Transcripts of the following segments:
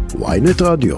ynet רדיו.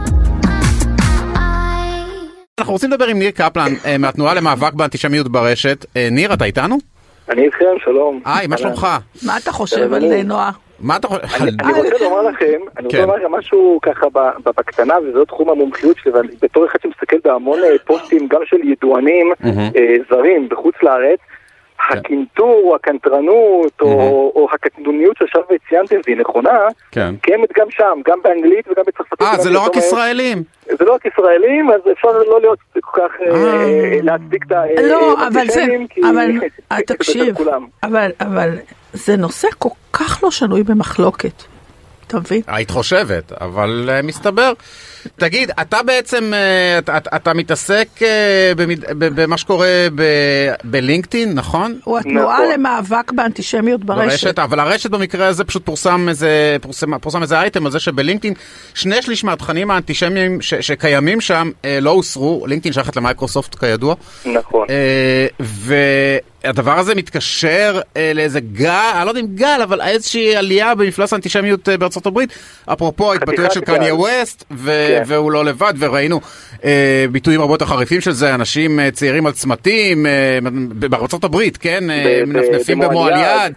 אנחנו רוצים לדבר עם ניר קפלן מהתנועה למאבק באנטישמיות ברשת. ניר, אתה איתנו? אני איתכם, שלום. היי, מה שלומך? מה אתה חושב על נועה? מה אתה חושב? אני רוצה לומר לכם, משהו ככה בקטנה, וזה תחום המומחיות שלי, ובתור אחד שמסתכל בהמון פוסטים גם של ידוענים זרים בחוץ לארץ, הקינטור, הקנטרנות, או הקטנוניות שעכשיו ציינתם, והיא נכונה, קיימת גם שם, גם באנגלית וגם בצרפתית. זה לא רק ישראלים. זה לא רק ישראלים, אז אפשר לא להיות כל כך להצדיק את האנטישמים, כי תקשיב, אבל זה נושא כל כך לא שנוי במחלוקת. אתה מבין? היית חושבת, אבל מסתבר. תגיד, אתה בעצם, אתה מתעסק במה שקורה בלינקדאין, נכון? הוא התנועה למאבק באנטישמיות ברשת. אבל הרשת במקרה הזה פשוט פורסם איזה אייטם על זה שבלינקדאין 2/3 מהתכנים האנטישמיים שקיימים שם לא הוסרו. לינקדאין שייכת למייקרוסופט כידוע. נכון. הדבר הזה מתקשר לאיזה גל, אני לא יודע אם גל, אבל איזושהי עלייה במפלס האנטישמיות בארצות הברית, אפרופו ההתבטאויות של קניה ווסט, והוא לא לבד, וראינו ביטויים הרבה יותר חריפים של זה, אנשים צעירים על צמתים, בארצות הברית, כן? מנפנפים במועל יד.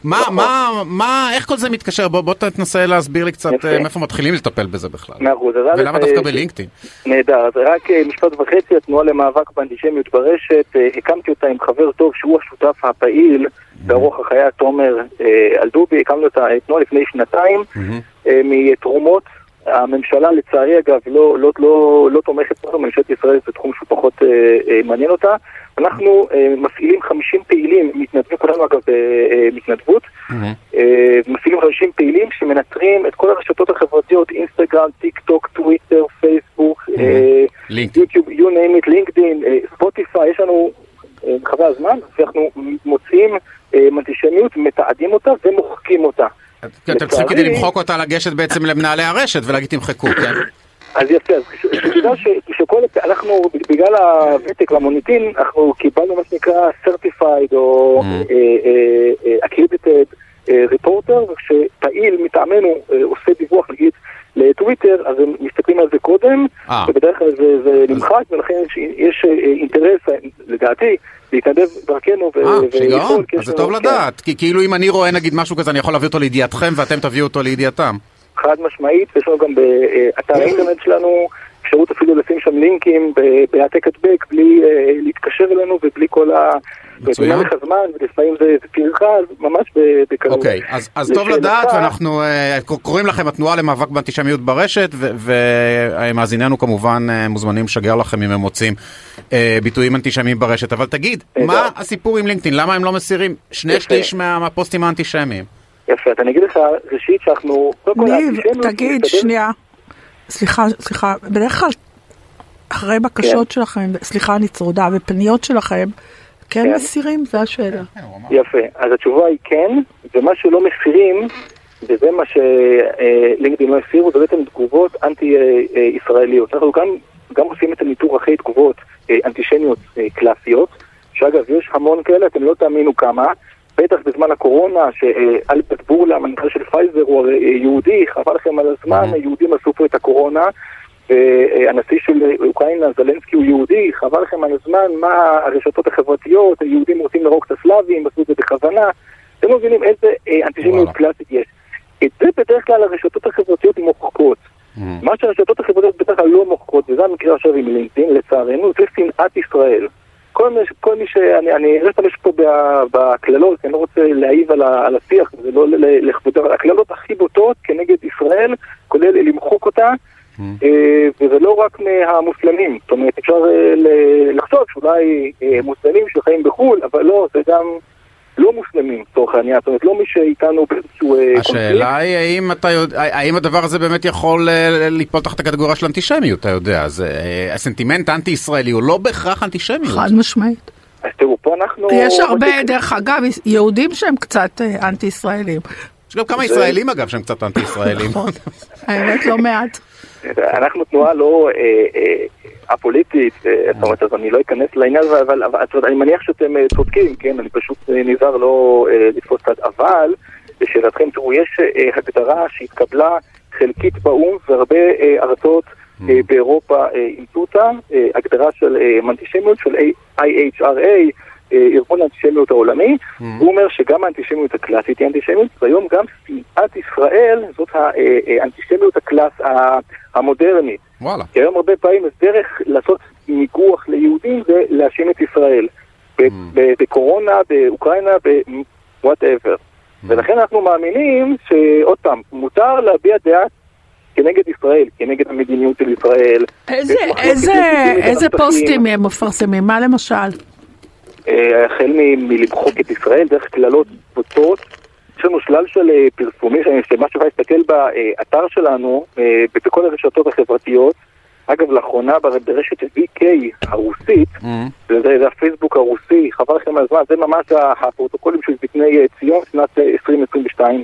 איך כל זה מתקשר? בוא תנסה להסביר לי קצת מאיפה מתחילים לטפל בזה בכלל. ולמה דווקא בלינקדאין? נהדר, אז רק משפט וחצי, התנועה למאבק באנטישמיות ברשת, הקמתי אותה עם חבר טוב שהוא השותף הפעיל באורח החיי, תומר אלדובי, הקמנו את התנועה לפני 2 מתרומות. הממשלה לצערי אגב לא תומכת פה, ממשלת ישראל זה תחום שפחות מעניין אותה. אנחנו מפעילים 50 פעילים, מתנדבים כולנו אגב במתנדבות, מפעילים 50 פעילים שמנטרים את כל הרשתות החברתיות, אינסטגרם, טיק טוק, טוויטר, פייסבוק, יוטיוב, you name it, לינקדאין, ספוטיפיי, יש לנו חווה הזמן, ואנחנו מוצאים אנטישמיות, מתעדים אותה ומוחקים אותה. אתם צריכים כדי למחוק אותה לגשת בעצם למנהלי הרשת ולהגיד תמחקו, כן? אז יפה, אז אנחנו בגלל הוותק למוניטין, אנחנו קיבלנו מה שנקרא certified או accredited reporter, וכשפעיל מטעמנו עושה דיווח נגיד לטוויטר, אז הם מסתכלים על זה קודם, ובדרך כלל זה נמחק, ולכן יש אינטרס, לדעתי, להתנדב דרכנו שיגעון, אז זה טוב לדעת, כי כאילו אם אני רואה נגיד משהו כזה, אני יכול להביא אותו לידיעתכם ואתם תביאו אותו לידיעתם. חד משמעית, יש לנו גם באתר האינטרנט שלנו אפשרות אפילו לשים שם לינקים בהעתק הדבק בלי להתקשר אלינו ובלי כל מצוין לך זמן, ולפעמים זה פרחה, ממש בקרוב. אוקיי, אז טוב לדעת, ואנחנו קוראים לכם התנועה למאבק באנטישמיות ברשת, ומאזיננו כמובן מוזמנים לשגר לכם אם הם מוצאים ביטויים אנטישמיים ברשת. אבל תגיד, מה הסיפור עם לינקדאין? למה הם לא מסירים 2/3 מהפוסטים האנטישמיים? יפה, אני אגיד לך ראשית שאנחנו... ניב, תגיד, שנייה. סליחה, בדרך כלל אחרי בקשות שלכם, סליחה, אני צרודה, ופניות שלכם, כן מסירים? זו השאלה. יפה, אז התשובה היא כן, ומה שלא מסירים, וזה מה שלינקדאין לא הסירו, זה בעצם תגובות אנטי-ישראליות. אנחנו גם עושים את הניטור אחרי תגובות אנטישמיות קלאסיות, שאגב, יש המון כאלה, אתם לא תאמינו כמה, בטח בזמן הקורונה, שאלברט בורלה, המנכ"ל של פייזר, הוא יהודי, חבל לכם על הזמן, היהודים עשו פה את הקורונה, והנשיא של אוקראינה, זלנסקי, הוא יהודי, חבל לכם על הזמן, מה הרשתות החברתיות, היהודים רוצים לרוק את הסלאבים, עשו את זה בכוונה, אתם מבינים איזה אנטישמיות קלאסית יש. את זה בדרך כלל הרשתות החברתיות מוחקות. מה שהרשתות החברתיות בדרך כלל לא מוחקות, וזה המקרה עכשיו עם לינקדאין, לצערנו, זה שנאת ישראל. כל מי אני אשתמש פה בכללות, אני לא רוצה להעיב על השיח, זה לא לכבודה, אבל הכללות הכי בוטות כנגד ישראל, כולל למחוק אותה, וזה לא רק מהמוסלמים, זאת אומרת, אפשר לחשוב שאולי מוסלמים שחיים בחול, אבל לא, זה גם לא מוסלמים, תוך העניין, זאת אומרת, לא מי שאיתנו באיזשהו השאלה היא, האם הדבר הזה באמת יכול ליפול תחת הקטגוריה של אנטישמיות, אתה יודע, הסנטימנט האנטי-ישראלי הוא לא בהכרח אנטישמיות. חד משמעית. אז תראו, פה אנחנו... יש הרבה, דרך אגב, יהודים שהם קצת אנטי-ישראלים. יש גם כמה ישראלים, אגב, שהם קצת אנטי-ישראלים. נכון, האמת לא מעט. אנחנו תנועה לא הפוליטית, זאת אומרת, אז אני לא אכנס לעניין, אבל אני מניח שאתם צודקים, כן, אני פשוט נזהר לא לתפוס קצת, אבל לשאלתכם, תראו, יש הגדרה שהתקבלה חלקית באום, והרבה ארצות באירופה אימצו אותה, הגדרה של אנטישמיות של IHRA, ארגון האנטישמיות העולמי. הוא אומר שגם האנטישמיות הקלאסית היא אנטישמיות, והיום גם שנאת ישראל זאת האנטישמיות הקלאס המודרנית. וואלה. כי היום הרבה פעמים דרך לעשות ניגוח ליהודים זה להאשים את ישראל. בקורונה, באוקראינה, ב-whatever. ולכן אנחנו מאמינים שעוד פעם, מותר להביע דעה כנגד ישראל, כנגד המדיניות של ישראל. איזה פוסטים הם מפרסמים? מה למשל? החל מלמחוק את ישראל, דרך כללות בוטות. יש לנו שלל של פרסומים, שמה שווה להסתכל באתר שלנו, בכל הרשתות החברתיות. אגב, לאחרונה ברשת VK הרוסית, זה הפייסבוק הרוסי, חבל לכם על הזמן, זה ממש הפרוטוקולים של זקני ציון, שנת 2022.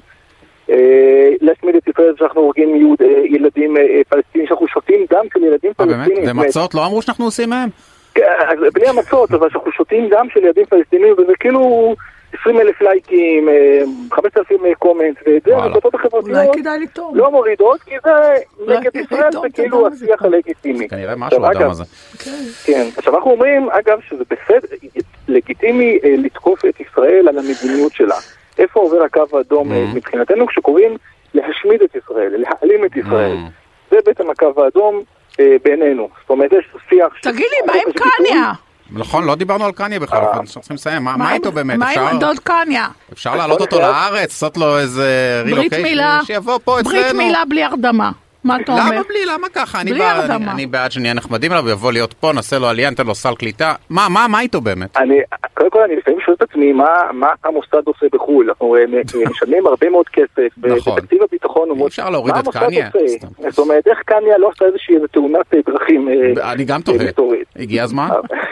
להשמיד את ישראל שאנחנו הורגים ילדים פלסטינים, שאנחנו שותים דם של ילדים פלסטינים. באמת? ומצות לא אמרו שאנחנו עושים מהם? בלי המצות, אבל שאנחנו שותים דם של ילדים פלסטינים, וזה כאילו 20,000 לייקים, 5,000 קומנט, וזה, הרשתות החברתיות לא מורידות, כי זה נגד ישראל, זה כאילו השיח הלגיטימי. כנראה משהו אדם הזה. כן, עכשיו אנחנו אומרים, אגב, שזה בסדר, לגיטימי לתקוף את ישראל על המדיניות שלה. איפה עובר הקו האדום מבחינתנו כשקוראים להשמיד את ישראל, להעלים את ישראל. זה בעצם הקו האדום בינינו. זאת אומרת, יש שיח... תגיד לי, מה עם קניה? נכון, לא דיברנו על קניה בכלל, אנחנו צריכים לסיים. מה איתו באמת? מה עם הדוד קניה? אפשר להעלות אותו לארץ, לעשות לו איזה רילוקיישן, שיבוא פה אצלנו. ברית מילה בלי הרדמה. מה אתה אומר? למה בלי? למה ככה? אני בעד שנהיה נחמדים עליו, ויבוא להיות פה, נעשה לו עלייה, נתן לו סל קליטה. מה איתו באמת? קודם כל, אני לפעמים שואל את עצמי, מה המוסד עושה בחו"ל? אנחנו משלמים הרבה מאוד כסף, בתקציב הביטחון הוא מאוד... אפשר להוריד את קניה. זאת אומרת, איך קניה לא עושה איזושהי תאונת דרכים? אני גם תוהה. הגיע הזמן?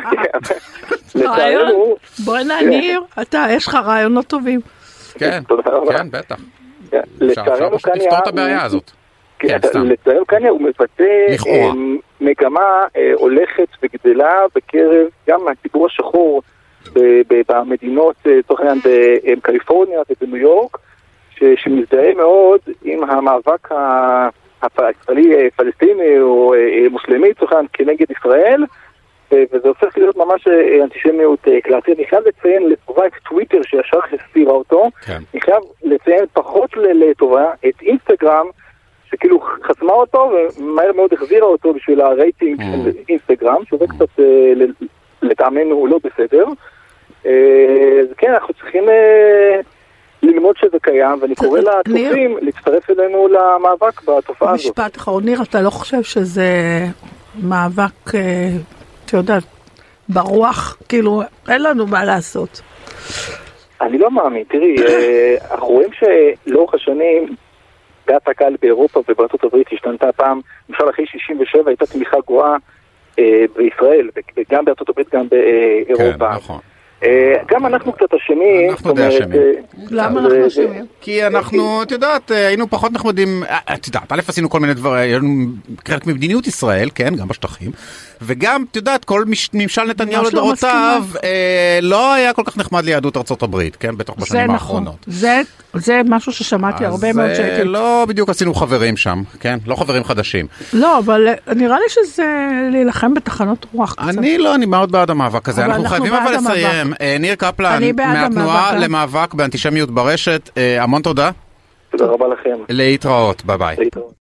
בואי נעניר, יש לך רעיונות טובים. כן, בטח. אפשר לפתור את הבעיה הזאת. לצערנו קניה הוא מבטא מגמה הולכת וגדלה בקרב גם מהציבור השחור במדינות, תוך העניין בקליפורניה ובניו יורק, שמזדהה מאוד עם המאבק הישראלי פלסטיני או מוסלמי, תוך העניין כנגד ישראל, וזה הופך להיות ממש אנטישמיות קלאסית. אני חייב לציין לטובה את טוויטר שישר הסתירה אותו, אני חייב לציין פחות לטובה את אינסטגרם, שכאילו חסמה אותו ומהר מאוד החזירה אותו בשביל הרייטינג של אינסטגרם, שזה קצת לטעמנו לא בסדר. אז כן, אנחנו צריכים ללמוד שזה קיים, ואני קורא לטובים להצטרף אלינו למאבק בתופעה הזאת. משפט אחרון, ניר, אתה לא חושב שזה מאבק, אתה יודע, ברוח, כאילו, אין לנו מה לעשות. אני לא מאמין, תראי, אנחנו רואים שלאורך השנים, דעת הקהל באירופה ובארצות הברית השתנתה פעם, למשל אחרי 67 הייתה תמיכה גבוהה בישראל, גם בארצות הברית, גם באירופה. כן, נכון. גם אנחנו קצת אשמים. אנחנו די אשמים. למה אנחנו אשמים? כי אנחנו, את יודעת, היינו פחות נחמדים, את יודעת, א' עשינו כל מיני דברים, חלק ממדיניות ישראל, כן, גם בשטחים, וגם, את יודעת, כל ממשל נתניהו לדורותיו, לא היה כל כך נחמד ליהדות ארצות הברית, כן, בטח בשנים האחרונות. זה משהו ששמעתי הרבה מאוד שקל. לא בדיוק עשינו חברים שם, כן, לא חברים חדשים. לא, אבל נראה לי שזה להילחם בתחנות רוח קצת. אני לא, אני מאוד בעד המאבק הזה, אנחנו חייבים אבל לסיים. ניר קפלן, מהתנועה למאבק באנטישמיות ברשת, המון תודה. תודה רבה לכם. להתראות, ביי ביי.